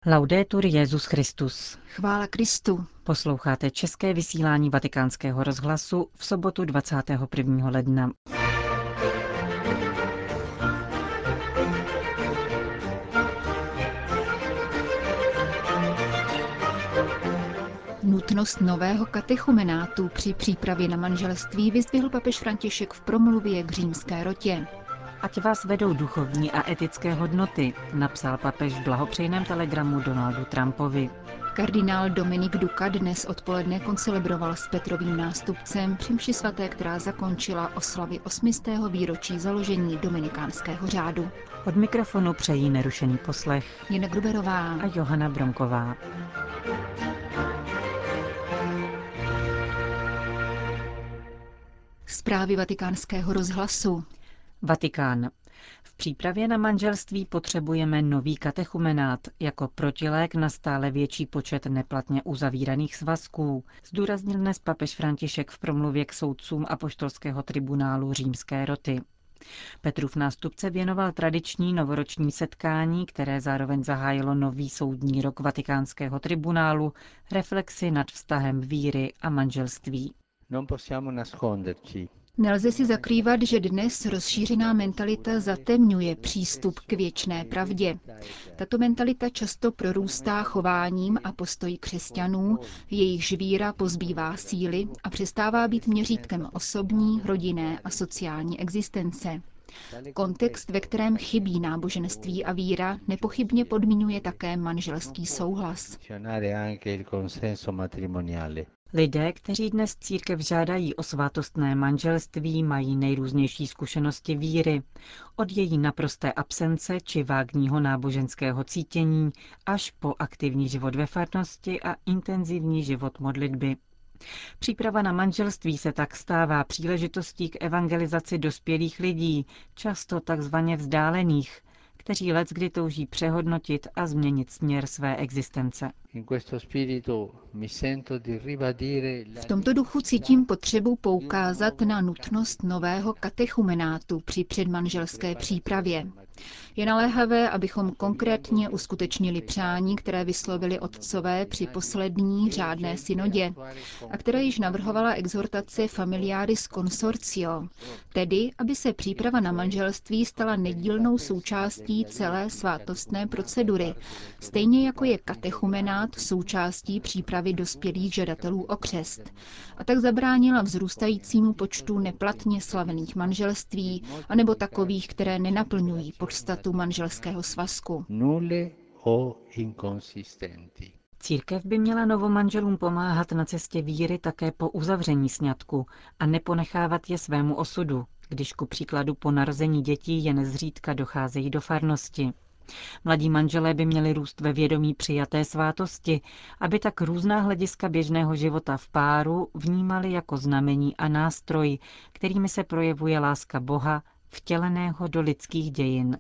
Laudetur Jesus Christus. Chvála Kristu. Posloucháte české vysílání Vatikánského rozhlasu v sobotu 21. ledna. Nutnost nového katechumenátu při přípravě na manželství vyzdvihl papež František v promluvě k římské rotě. Ať vás vedou duchovní a etické hodnoty, napsal papež v blahopřejném telegramu Donaldu Trumpovi. Kardinál Dominik Duka dnes odpoledne koncelebroval s Petrovým nástupcem při mši svaté, která zakončila oslavy 800. výročí založení dominikánského řádu. Od mikrofonu přejí nerušený poslech Jana Gruberová a Johana Bronková. Zprávy Vatikánského rozhlasu. Vatikán. V přípravě na manželství potřebujeme nový katechumenát jako protilék na stále větší počet neplatně uzavíraných svazků, zdůraznil dnes papež František v promluvě k soudcům apoštolského tribunálu římské roty. Petrův nástupce věnoval tradiční novoroční setkání, které zároveň zahájilo nový soudní rok vatikánského tribunálu, reflexi nad vztahem víry a manželství. Nelze si zakrývat, že dnes rozšířená mentalita zatemňuje přístup k věčné pravdě. Tato mentalita často prorůstá chováním a postoji křesťanů, jejichž víra pozbývá síly a přestává být měřítkem osobní, rodinné a sociální existence. Kontext, ve kterém chybí náboženství a víra, nepochybně podmiňuje také manželský souhlas. Lidé, kteří dnes církev žádají o svátostné manželství, mají nejrůznější zkušenosti víry, od její naprosté absence či vágního náboženského cítění až po aktivní život ve farnosti a intenzivní život modlitby. Příprava na manželství se tak stává příležitostí k evangelizaci dospělých lidí, často takzvaně vzdálených, kteří leckdy touží přehodnotit a změnit směr své existence. V tomto duchu cítím potřebu poukázat na nutnost nového katechumenátu při předmanželské přípravě. Je naléhavé, abychom konkrétně uskutečnili přání, které vyslovili otcové při poslední řádné synodě a které již navrhovala exhortace Familiaris Consortio, tedy aby se příprava na manželství stala nedílnou součástí celé svátostné procedury, stejně jako je katechumenát součástí přípravy dospělých žadatelů o křest, a tak zabránila vzrůstajícímu počtu neplatně slavených manželství anebo takových, které nenaplňují podstatu manželského svazku. Církev by měla novomanželům pomáhat na cestě víry také po uzavření sňatku a neponechávat je svému osudu, když ku příkladu po narození dětí jen nezřídka docházejí do farnosti. Mladí manželé by měli růst ve vědomí přijaté svátosti, aby tak různá hlediska běžného života v páru vnímali jako znamení a nástroj, kterými se projevuje láska Boha, vtěleného do lidských dějin.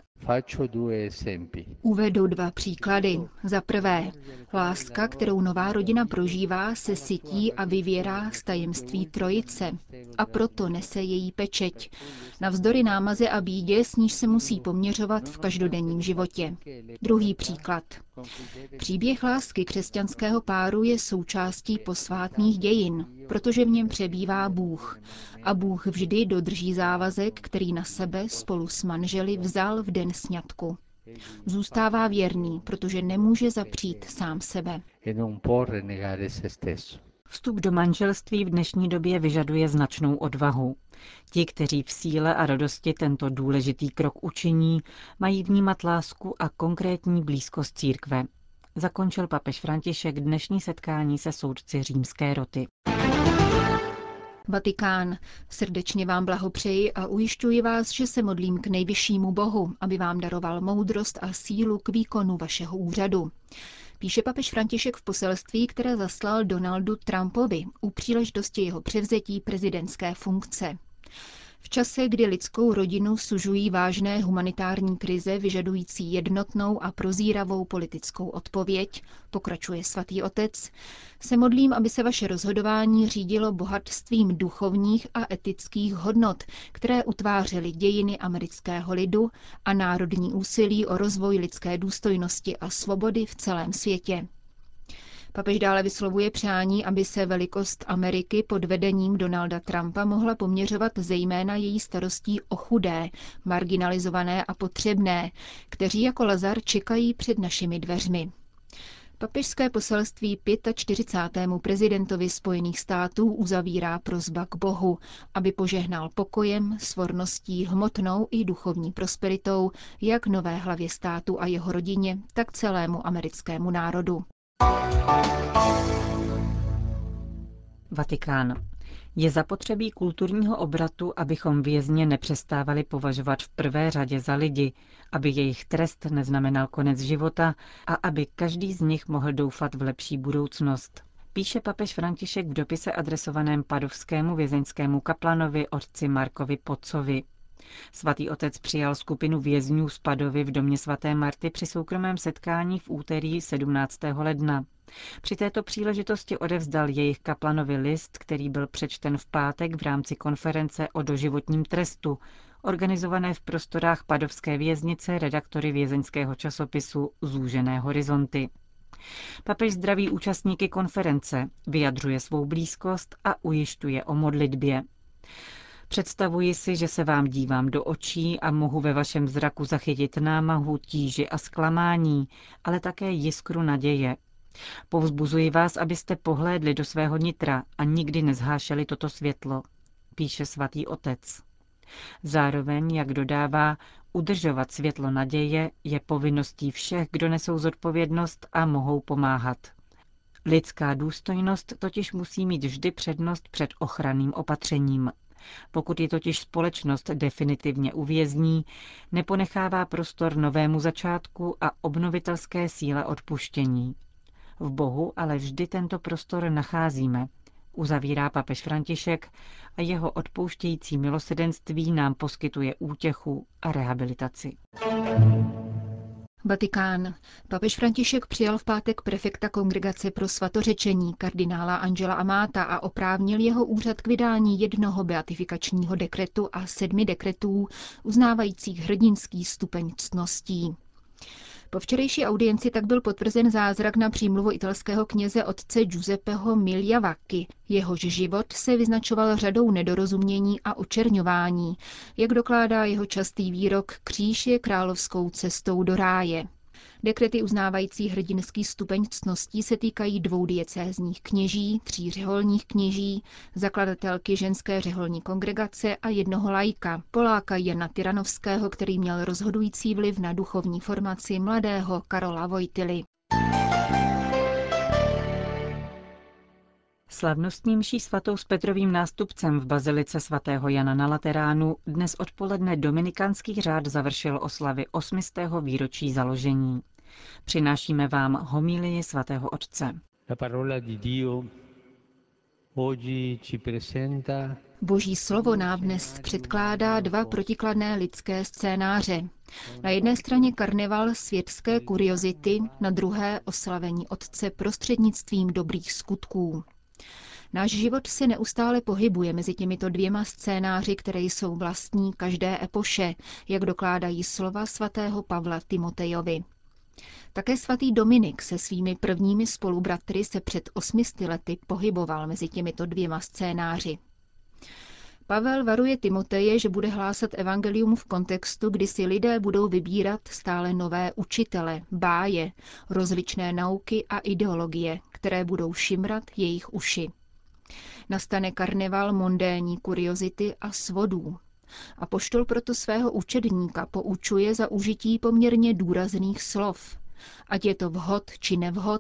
Uvedu 2 příklady. Za prvé, láska, kterou nová rodina prožívá, se sytí a vyvěrá z tajemství Trojice a proto nese její pečeť, navzdory námaze a bídě, s níž se musí poměřovat v každodenním životě. Druhý příklad. Příběh lásky křesťanského páru je součástí posvátných dějin, protože v něm přebývá Bůh. A Bůh vždy dodrží závazek, který na sebe spolu s manželi vzal v den sňatku. Zůstává věrný, protože nemůže zapřít sám sebe. Vstup do manželství v dnešní době vyžaduje značnou odvahu. Ti, kteří v síle a radosti tento důležitý krok učiní, mají vnímat lásku a konkrétní blízkost církve. Zakončil papež František dnešní setkání se soudci římské roty. Vatikán. Srdečně vám blahopřeji a ujišťuji vás, že se modlím k nejvyššímu Bohu, aby vám daroval moudrost a sílu k výkonu vašeho úřadu. Píše papež František v poselství, které zaslal Donaldu Trumpovi u příležitosti jeho převzetí prezidentské funkce. V čase, kdy lidskou rodinu sužují vážné humanitární krize vyžadující jednotnou a prozíravou politickou odpověď, pokračuje svatý otec, se modlím, aby se vaše rozhodování řídilo bohatstvím duchovních a etických hodnot, které utvářely dějiny amerického lidu a národní úsilí o rozvoj lidské důstojnosti a svobody v celém světě. Papež dále vyslovuje přání, aby se velikost Ameriky pod vedením Donalda Trumpa mohla poměřovat zejména její starostí o chudé, marginalizované a potřebné, kteří jako Lazar čekají před našimi dveřmi. Papežské poselství 45. prezidentovi Spojených států uzavírá prosba k Bohu, aby požehnal pokojem, svorností, hmotnou i duchovní prosperitou jak nové hlavě státu a jeho rodině, tak celému americkému národu. Vatikán. Je zapotřebí kulturního obratu, abychom vězně nepřestávali považovat v prvé řadě za lidi, aby jejich trest neznamenal konec života a aby každý z nich mohl doufat v lepší budoucnost. Píše papež František v dopise adresovaném padovskému vězeňskému kaplanovi otci Markovi Pocovi. Svatý otec přijal skupinu vězňů z Padovy v domě svaté Marty při soukromém setkání v úterý 17. ledna. Při této příležitosti odevzdal jejich kaplanovi list, který byl přečten v pátek v rámci konference o doživotním trestu, organizované v prostorách padovské věznice redaktory vězeňského časopisu Zúžené horizonty. Papež zdraví účastníky konference, vyjadřuje svou blízkost a ujišťuje o modlitbě. Představuji si, že se vám dívám do očí a mohu ve vašem zraku zachytit námahu, tíži a zklamání, ale také jiskru naděje. Povzbuzuji vás, abyste pohlédli do svého nitra a nikdy nezhášeli toto světlo, píše svatý otec. Zároveň, jak dodává, udržovat světlo naděje je povinností všech, kdo nesou zodpovědnost a mohou pomáhat. Lidská důstojnost totiž musí mít vždy přednost před ochranným opatřením. Pokud ji totiž společnost definitivně uvězní, neponechává prostor novému začátku a obnovitelské síle odpuštění. V Bohu ale vždy tento prostor nacházíme, uzavírá papež František a jeho odpouštějící milosrdenství nám poskytuje útěchu a rehabilitaci. Vatikán. Papež František přijal v pátek prefekta Kongregace pro svatořečení kardinála Angela Amáta a oprávnil jeho úřad k vydání jednoho beatifikačního dekretu a 7 dekretů uznávajících hrdinský stupeň ctností. Po včerejší audienci tak byl potvrzen zázrak na přímluvu italského kněze otce Giuseppeho Migliavacchi. Jehož život se vyznačoval řadou nedorozumění a očerňování, jak dokládá jeho častý výrok Kříž je královskou cestou do ráje. Dekrety uznávající hrdinský stupeň ctností se týkají 2 diecézních kněží, 3 řeholních kněží, zakladatelky ženské řeholní kongregace a 1 laika, Poláka Jana Tyranovského, který měl rozhodující vliv na duchovní formaci mladého Karola Wojtyly. Slavnostní mší svatou s Petrovým nástupcem v bazilice svatého Jana na Lateránu dnes odpoledne dominikánský řád završil oslavy 800. výročí založení. Přinášíme vám homílii svatého otce. Boží slovo nám dnes předkládá 2 protikladné lidské scénáře. Na jedné straně karneval světské kuriozity, na druhé oslavení Otce prostřednictvím dobrých skutků. Náš život se neustále pohybuje mezi těmito 2 scénáři, které jsou vlastní každé epoše, jak dokládají slova svatého Pavla Timotejovi. Také svatý Dominik se svými prvními spolubratry se před 800 lety pohyboval mezi těmito 2 scénáři. Pavel varuje Timoteje, že bude hlásat evangelium v kontextu, kdy si lidé budou vybírat stále nové učitele, báje, rozličné nauky a ideologie, které budou šimrat jejich uši. Nastane karneval mondénní kuriozity a svodů. Apoštol proto svého učedníka poučuje za užití poměrně důrazných slov. Ať je to vhod či nevhod,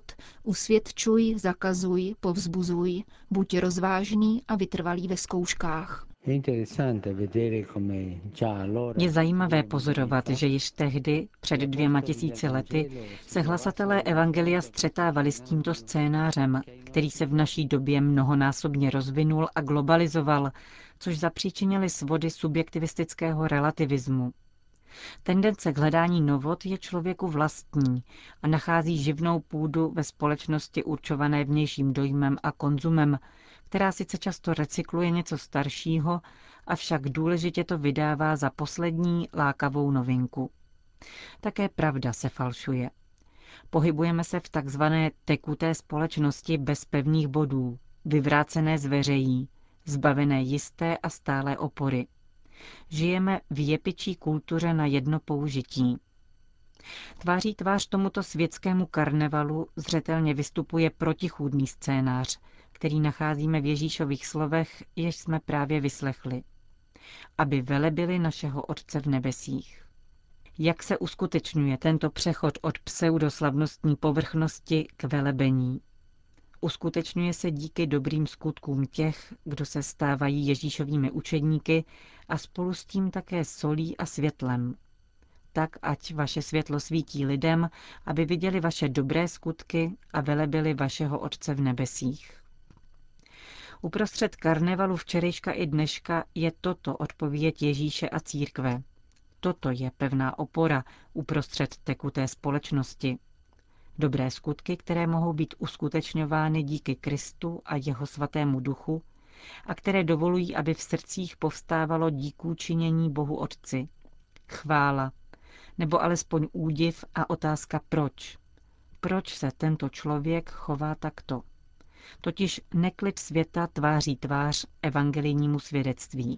usvědčuj, zakazuj, povzbuzuj, buď rozvážný a vytrvalý ve zkouškách. Je zajímavé pozorovat, že již tehdy, před 2000 lety, se hlasatelé evangelia střetávali s tímto scénářem, který se v naší době mnohonásobně rozvinul a globalizoval, což zapříčinily svody subjektivistického relativismu. Tendence k hledání novot je člověku vlastní a nachází živnou půdu ve společnosti určované vnějším dojmem a konzumem, která sice často recykluje něco staršího, avšak důležitě to vydává za poslední lákavou novinku. Také pravda se falšuje. Pohybujeme se v takzvané tekuté společnosti bez pevných bodů, vyvrácené z veřejí, zbavené jisté a stálé opory. Žijeme v jepičí kultuře na jedno použití. Tváří tvář tomuto světskému karnevalu zřetelně vystupuje protichůdný scénář, který nacházíme v Ježíšových slovech, jež jsme právě vyslechli. Aby velebili našeho Otce v nebesích. Jak se uskutečňuje tento přechod od pseudoslavnostní povrchnosti k velebení? Uskutečňuje se díky dobrým skutkům těch, kdo se stávají Ježíšovými učedníky a spolu s tím také solí a světlem. Tak ať vaše světlo svítí lidem, aby viděli vaše dobré skutky a velebili vašeho Otce v nebesích. Uprostřed karnevalu včerejška i dneška je toto odpověď Ježíše a církve. Toto je pevná opora uprostřed tekuté společnosti. Dobré skutky, které mohou být uskutečňovány díky Kristu a jeho svatému duchu a které dovolují, aby v srdcích povstávalo díkůčinění Bohu Otci. Chvála, nebo alespoň údiv a otázka proč. Proč se tento člověk chová takto? Totiž neklid světa tváří tvář evangelijnímu svědectví.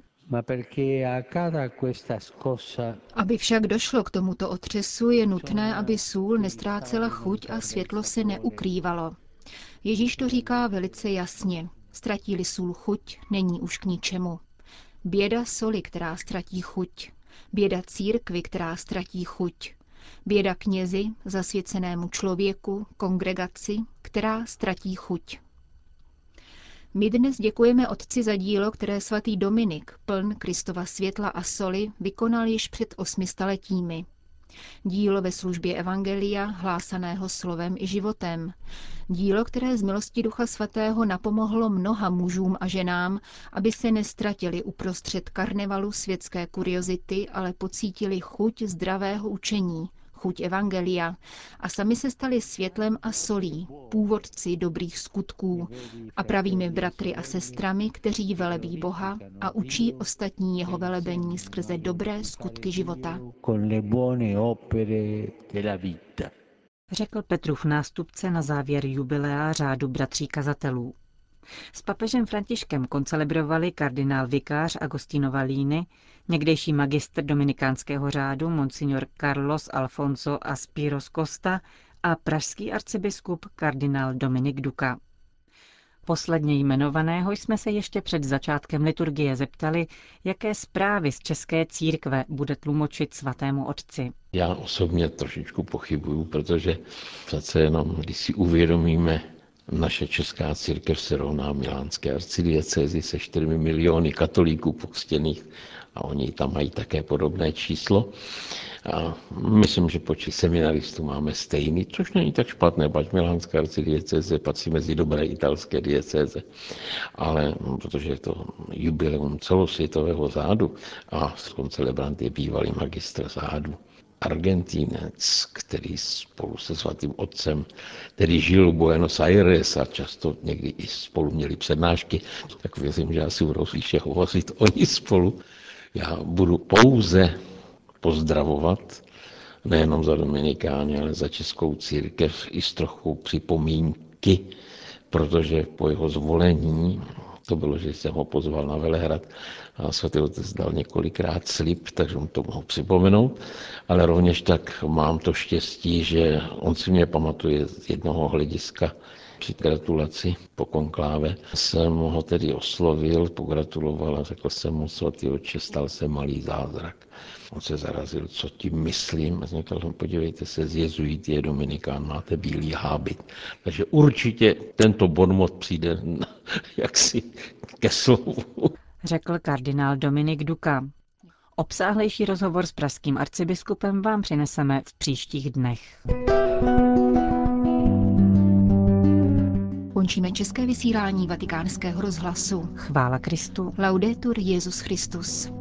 Aby však došlo k tomuto otřesu, je nutné, aby sůl nestrácela chuť a světlo se neukrývalo. Ježíš to říká velice jasně. Ztratí-li sůl chuť, není už k ničemu. Běda soli, která ztratí chuť. Běda církvi, která ztratí chuť. Běda knězi, zasvěcenému člověku, kongregaci, která ztratí chuť. My dnes děkujeme Otci za dílo, které svatý Dominik, pln Kristova světla a soli, vykonal již před 800 letími. Dílo ve službě evangelia, hlásaného slovem i životem. Dílo, které z milosti Ducha Svatého napomohlo mnoha mužům a ženám, aby se nestratili uprostřed karnevalu světské kuriozity, ale pocítili chuť zdravého učení, chuť evangelia a sami se stali světlem a solí, původci dobrých skutků a pravými bratry a sestrami, kteří velebí Boha a učí ostatní jeho velebení skrze dobré skutky života. Řekl Petrův nástupce na závěr jubilea řádu bratří kazatelů. S papežem Františkem koncelebrovali kardinál vikář Agostino Vallini, někdejší magistr dominikánského řádu monsignor Carlos Alfonso Aspiros Costa a pražský arcibiskup kardinál Dominik Duka. Posledně jmenovaného jsme se ještě před začátkem liturgie zeptali, jaké zprávy z české církve bude tlumočit svatému otci. Já osobně trošičku pochybuju, protože přece jenom, když si uvědomíme, naše česká církev se rovná milánské arcidiecézi se 4 miliony katolíků pokřtěných a oni tam mají také podobné číslo. A myslím, že počet seminaristů máme stejný, což není tak špatné, pač milánská arcidiecéze patří mezi dobré italské diecéze. Ale protože je to jubileum celosvětového řádu a koncelebrant je bývalý magistr řádu, Argentínec, který spolu se svatým otcem, který žil v Buenos Aires a často někdy i spolu měli přednášky, tak věřím, že asi budou spíše hovořit oni spolu. Já budu pouze pozdravovat, nejenom za Dominikány, ale za českou církev i s trochou připomínky, protože po jeho zvolení, to bylo, že jsem ho pozval na Velehrad a svatý otec dal několikrát slib, takže mu to mohu připomenout, ale rovněž tak mám to štěstí, že on si mě pamatuje z jednoho hlediska. Při gratulaci po konkláve jsem ho tedy oslovil, pogratuloval a řekl jsem mu, svatý otče, stal se malý zázrak. On se zarazil, co tím myslím. A říkal jsem, podívejte se, z jezuit je Dominikán, máte bílý hábit. Takže určitě tento bonmot přijde jaksi ke slovu. řekl kardinál Dominik Duka. Obsáhlejší rozhovor s pražským arcibiskupem vám přineseme v příštích dnech. Končíme české vysílání Vatikánského rozhlasu. Chvála Kristu. Laudetur Jesus Christus.